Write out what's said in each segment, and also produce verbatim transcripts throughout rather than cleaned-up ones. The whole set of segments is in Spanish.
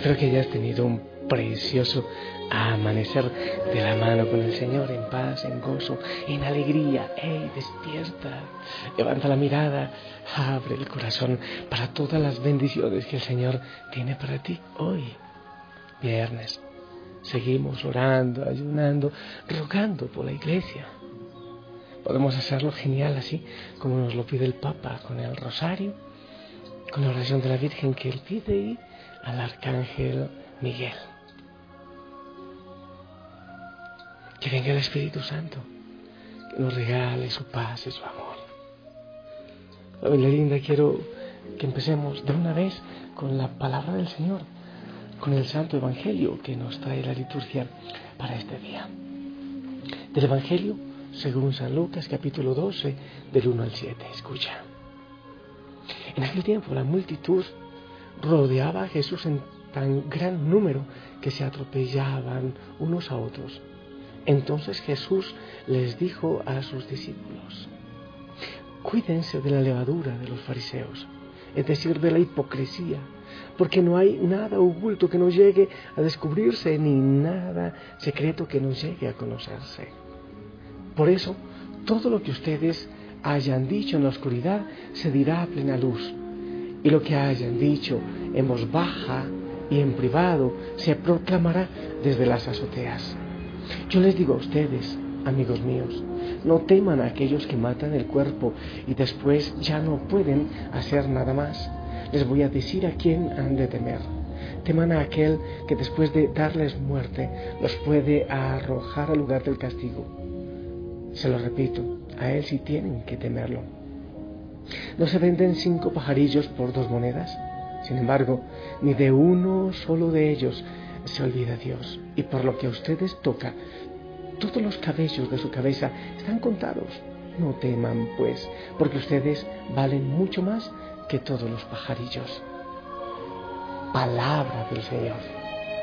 Espero que hayas tenido un precioso amanecer de la mano con el Señor, en paz, en gozo, en alegría. ¡Ey, despierta! Levanta la mirada, abre el corazón para todas las bendiciones que el Señor tiene para ti hoy, viernes. Seguimos orando, ayunando, rogando por la iglesia. Podemos hacerlo genial así, como nos lo pide el Papa, con el rosario, con la oración de la Virgen que él pide y al Arcángel Miguel. Que venga el Espíritu Santo, que nos regale su paz y su amor. Familia linda, quiero que empecemos de una vez con la palabra del Señor, con el Santo Evangelio que nos trae la liturgia para este día. Del Evangelio según San Lucas, capítulo doce, del uno al siete. Escucha. En aquel tiempo la multitud rodeaba a Jesús en tan gran número que se atropellaban unos a otros. Entonces Jesús les dijo a sus discípulos: cuídense de la levadura de los fariseos, es decir, de la hipocresía, porque no hay nada oculto que no llegue a descubrirse, ni nada secreto que no llegue a conocerse. Por eso, todo lo que ustedes hayan dicho en la oscuridad se dirá a plena luz, y lo que hayan dicho en voz baja y en privado se proclamará desde las azoteas. Yo les digo a ustedes, amigos míos, no teman a aquellos que matan el cuerpo y después ya no pueden hacer nada más. Les voy a decir a quién han de temer. Teman a aquel que después de darles muerte los puede arrojar al lugar del castigo. Se lo repito, a él sí tienen que temerlo. ¿No se venden cinco pajarillos por dos monedas? Sin embargo, ni de uno solo de ellos se olvida Dios. Y por lo que a ustedes toca, todos los cabellos de su cabeza están contados. No teman, pues, porque ustedes valen mucho más que todos los pajarillos. Palabra del Señor.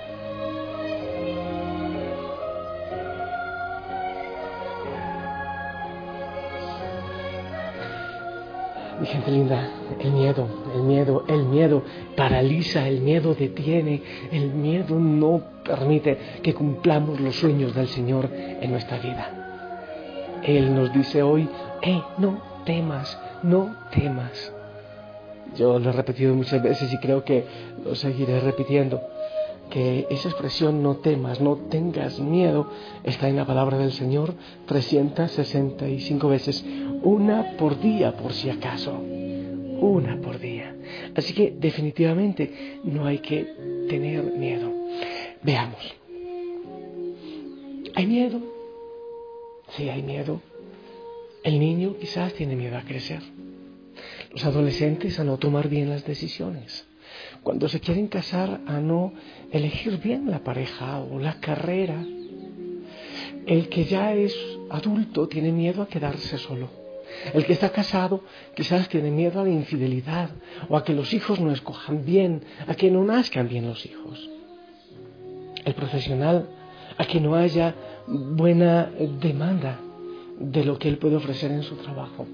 Mi gente linda, el miedo, el miedo, el miedo paraliza, el miedo detiene, el miedo no permite que cumplamos los sueños del Señor en nuestra vida. Él nos dice hoy, eh, no temas, no temas. Yo lo he repetido muchas veces y creo que lo seguiré repitiendo, que esa expresión no temas, no tengas miedo, está en la palabra del Señor trescientas sesenta y cinco veces, una por día por si acaso, una por día. Así que definitivamente no hay que tener miedo. Veamos. ¿Hay miedo? Sí, hay miedo. El niño quizás tiene miedo a crecer. Los adolescentes a no tomar bien las decisiones. Cuando se quieren casar, a no elegir bien la pareja o la carrera. El que ya es adulto tiene miedo a quedarse solo. El que está casado quizás tiene miedo a la infidelidad o a que los hijos no escojan bien, a que no nazcan bien los hijos. El profesional a que no haya buena demanda de lo que él puede ofrecer en su trabajo.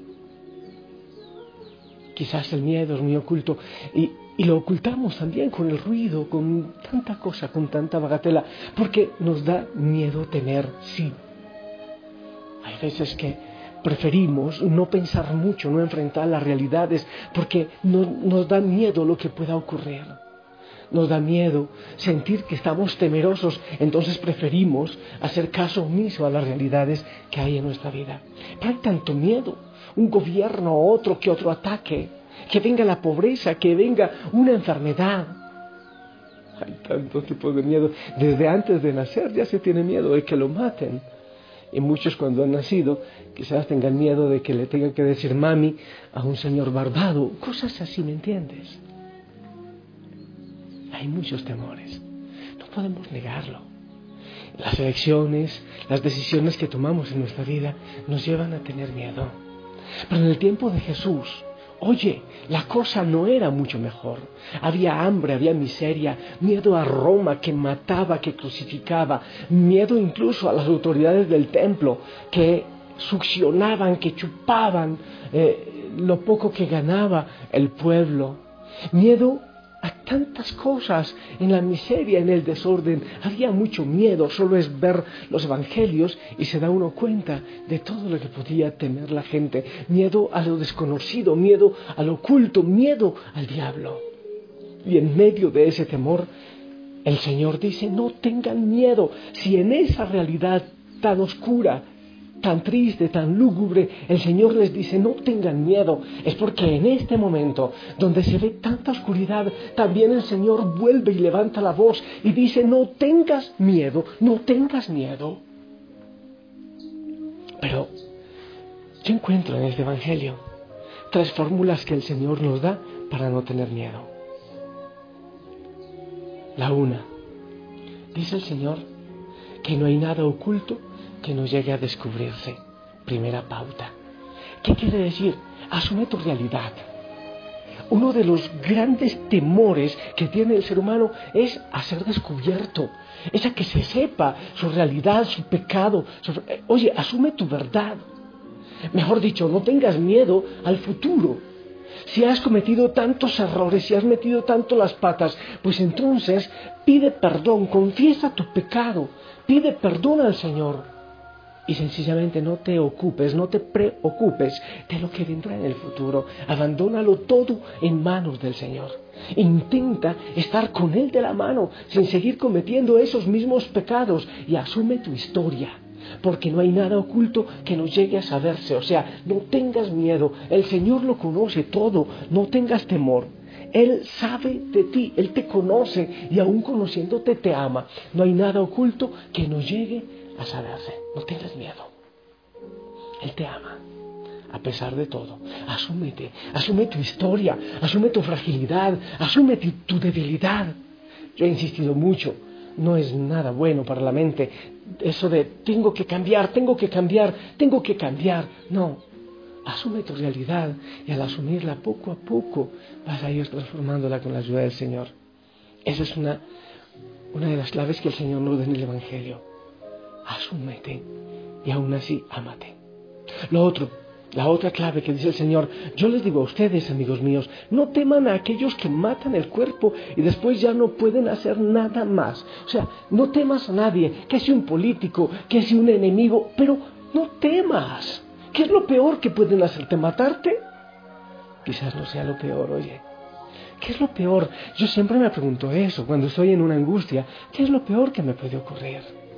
Quizás el miedo es muy oculto y, y lo ocultamos también con el ruido, con tanta cosa, con tanta bagatela, porque nos da miedo tener sí. Hay veces que preferimos no pensar mucho, no enfrentar las realidades, porque no, nos da miedo lo que pueda ocurrir. Nos da miedo sentir que estamos temerosos, entonces preferimos hacer caso omiso a las realidades que hay en nuestra vida. Pero hay tanto miedo, un gobierno, otro que otro ataque, que venga la pobreza, que venga una enfermedad. Hay tantos tipos de miedo. Desde antes de nacer ya se tiene miedo de que lo maten. Y muchos cuando han nacido quizás tengan miedo de que le tengan que decir mami a un señor barbado. Cosas así, ¿me entiendes? Hay muchos temores. No podemos negarlo. Las elecciones, las decisiones que tomamos en nuestra vida nos llevan a tener miedo. Pero en el tiempo de Jesús, oye, la cosa no era mucho mejor. Había hambre, había miseria, miedo a Roma que mataba, que crucificaba, miedo incluso a las autoridades del templo que succionaban, que chupaban eh, lo poco que ganaba el pueblo. Miedo a tantas cosas, en la miseria, en el desorden. Había mucho miedo. Solo es ver los evangelios y se da uno cuenta de todo lo que podía temer la gente. Miedo a lo desconocido, miedo al oculto, miedo al diablo. Y en medio de ese temor, el Señor dice, no tengan miedo. Si en esa realidad tan oscura, tan triste, tan lúgubre, el Señor les dice, no tengan miedo, es porque en este momento, donde se ve tanta oscuridad, también el Señor vuelve y levanta la voz y dice, no tengas miedo, no tengas miedo. Pero yo encuentro en este Evangelio tres fórmulas que el Señor nos da para no tener miedo. La una, dice el Señor que no hay nada oculto que no llegue a descubrirse. Primera pauta. ¿Qué quiere decir? Asume tu realidad. Uno de los grandes temores que tiene el ser humano es a ser descubierto, es a que se sepa su realidad, su pecado. Su... Oye, asume tu verdad. Mejor dicho, no tengas miedo al futuro. Si has cometido tantos errores, si has metido tanto las patas, pues entonces pide perdón, confiesa tu pecado, pide perdón al Señor. Y sencillamente no te ocupes, no te preocupes de lo que vendrá en el futuro. Abandónalo todo en manos del Señor. Intenta estar con Él de la mano, sin seguir cometiendo esos mismos pecados, y asume tu historia. Porque no hay nada oculto que no llegue a saberse. O sea, no tengas miedo, el Señor lo conoce todo, no tengas temor. Él sabe de ti, Él te conoce y aún conociéndote te ama. No hay nada oculto que no llegue a saberse. No tengas miedo. Él te ama, a pesar de todo. Asúmete, asume tu historia, asume tu fragilidad, asume tu, tu debilidad. Yo he insistido mucho, no es nada bueno para la mente eso de tengo que cambiar, tengo que cambiar, tengo que cambiar. No, asume tu realidad y al asumirla poco a poco vas a ir transformándola con la ayuda del Señor. Esa es una, una de las claves que el Señor nos da en el Evangelio. Asúmete y aún así ámate. Lo otro, la otra clave que dice el Señor, yo les digo a ustedes, amigos míos, no teman a aquellos que matan el cuerpo y después ya no pueden hacer nada más. O sea, no temas a nadie, que sea un político, que sea un enemigo, pero no temas. ¿Qué es lo peor que pueden hacerte? ¿Matarte? Quizás no sea lo peor, oye. ¿Qué es lo peor? Yo siempre me pregunto eso cuando estoy en una angustia. ¿Qué es lo peor que me puede ocurrir?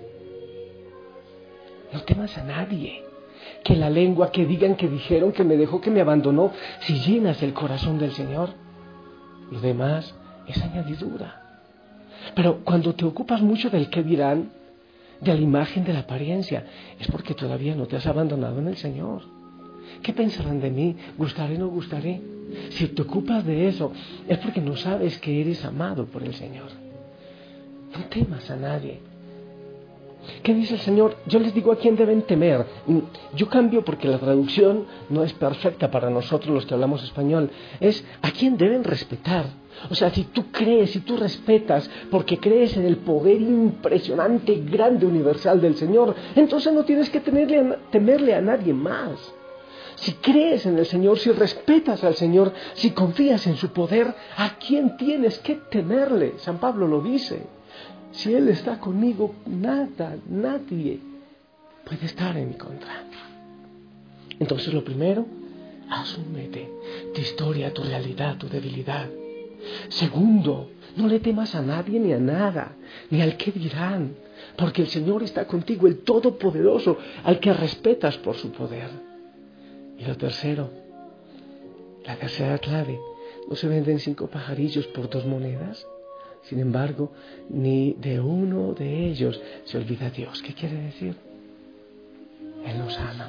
No temas a nadie. Que la lengua, que digan, que dijeron, que me dejó, que me abandonó. Si llenas el corazón del Señor, lo demás es añadidura. Pero cuando te ocupas mucho del qué dirán, de la imagen, de la apariencia, es porque todavía no te has abandonado en el Señor. ¿Qué pensarán de mí? ¿Gustaré o no gustaré? Si te ocupas de eso, es porque no sabes que eres amado por el Señor. No temas a nadie. ¿Qué dice el Señor? Yo les digo a quién deben temer. Yo cambio porque la traducción no es perfecta para nosotros los que hablamos español. Es a quién deben respetar. O sea, si tú crees, si tú respetas, porque crees en el poder impresionante, grande, universal del Señor, entonces no tienes que temerle a, temerle a nadie más. Si crees en el Señor, si respetas al Señor, si confías en su poder, ¿a quién tienes que temerle? San Pablo lo dice. Si Él está conmigo, nada, nadie puede estar en mi contra. Entonces lo primero, asúmete tu historia, tu realidad, tu debilidad. Segundo, no le temas a nadie ni a nada, ni al que dirán, porque el Señor está contigo, el Todopoderoso, al que respetas por su poder. Y lo tercero, la tercera clave, ¿no se venden cinco pajarillos por dos monedas? Sin embargo, ni de uno de ellos se olvida Dios. ¿Qué quiere decir? Él nos ama.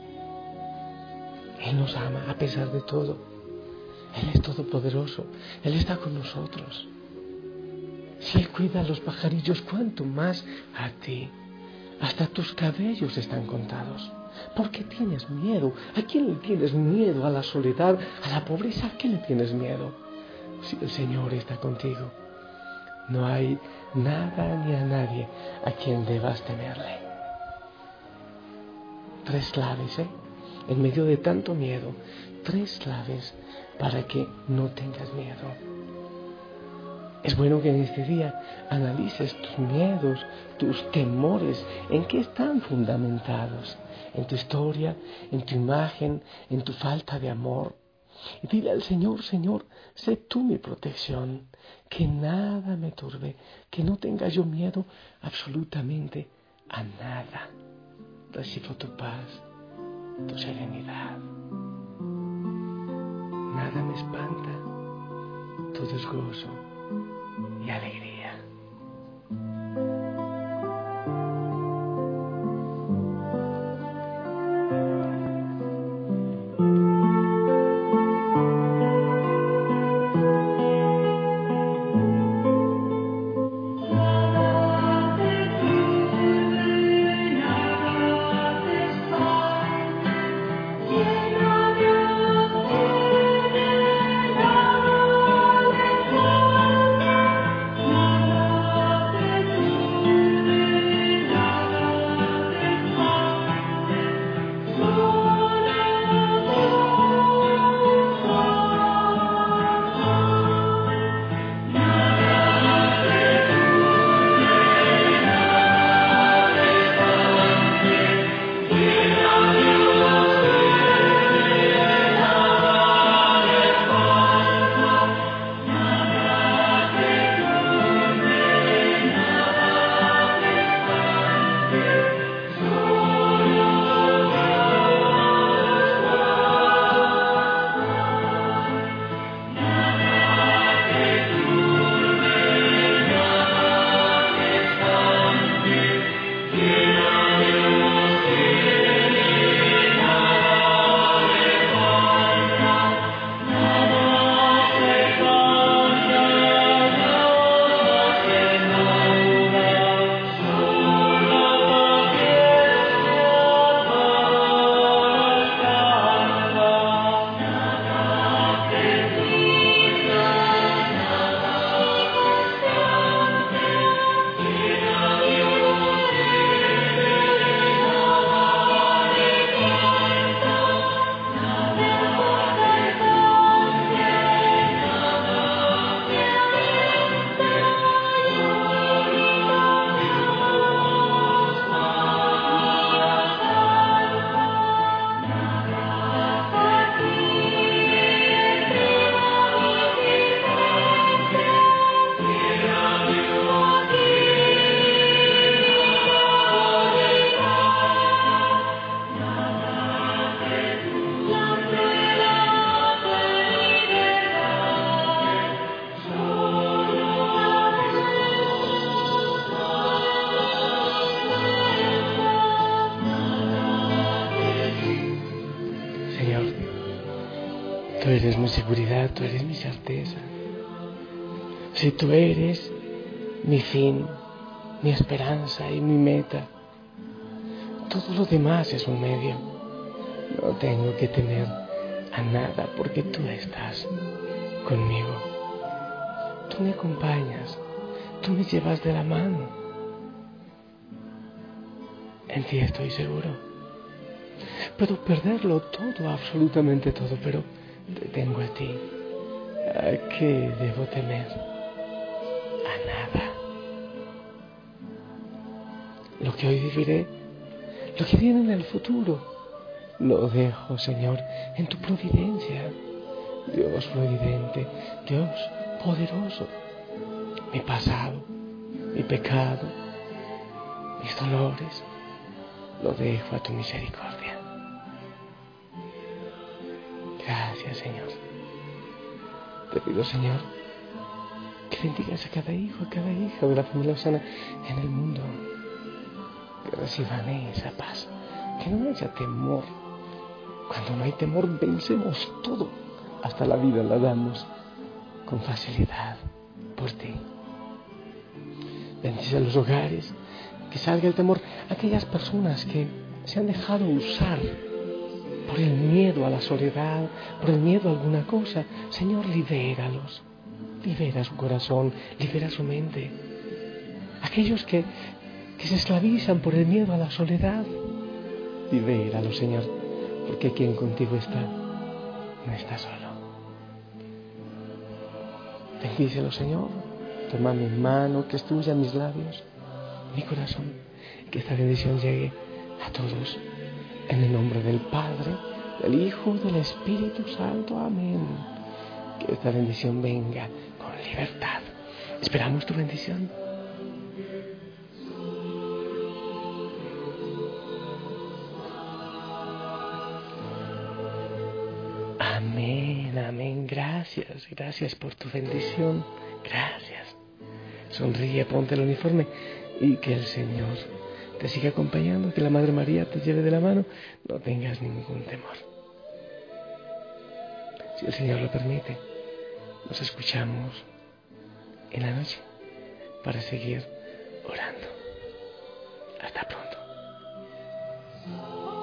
Él nos ama a pesar de todo. Él es todopoderoso. Él está con nosotros. Si Él cuida a los pajarillos, ¿cuánto más a ti? Hasta tus cabellos están contados. ¿Por qué tienes miedo? ¿A quién le tienes miedo? ¿A la soledad? ¿A la pobreza? ¿A qué le tienes miedo? Si el Señor está contigo, no hay nada ni a nadie a quien debas temerle. Tres claves, ¿eh? En medio de tanto miedo, tres claves para que no tengas miedo. Es bueno que en este día analices tus miedos, tus temores, en qué están fundamentados, en tu historia, en tu imagen, en tu falta de amor. Y dile al Señor, Señor, sé tú mi protección, que nada me turbe, que no tenga yo miedo absolutamente a nada. Recibo tu paz, tu serenidad. Nada me espanta, todo es gozo y alegría. Tú eres mi seguridad, tú eres mi certeza. Si tú eres mi fin, mi esperanza y mi meta, todo lo demás es un medio. No tengo que temer a nada porque tú estás conmigo. Tú me acompañas, tú me llevas de la mano. En ti estoy seguro. Puedo perderlo todo, absolutamente todo, pero te tengo a ti. ¿A qué debo temer? A nada. Lo que hoy viviré, lo que viene en el futuro, lo dejo, Señor, en tu providencia. Dios providente, Dios poderoso. Mi pasado, mi pecado, mis dolores, lo dejo a tu misericordia. Gracias, Señor. Te pido, Señor, que bendigas a cada hijo, a cada hija de la familia Osana en el mundo. Que reciban esa paz, que no haya temor. Cuando no hay temor, vencemos todo. Hasta la vida la damos con facilidad por ti. Bendice a los hogares, que salga el temor. Aquellas personas que se han dejado usar por el miedo a la soledad, por el miedo a alguna cosa, Señor, libéralos. Libera su corazón, libera su mente. Aquellos que, que se esclavizan por el miedo a la soledad, libéralos, Señor, porque quien contigo está, no está solo. Bendícelo, Señor, Toma mi mano, que es tuya, mis labios, mi corazón. Que esta bendición llegue a todos. En el nombre del Padre, del Hijo, del Espíritu Santo. Amén. Que esta bendición venga con libertad. Esperamos tu bendición. Amén, amén. Gracias, gracias por tu bendición. Gracias. Sonríe, ponte el uniforme y que el Señor te siga acompañando, que la Madre María te lleve de la mano. No tengas ningún temor. Si el Señor lo permite, nos escuchamos en la noche para seguir orando. Hasta pronto.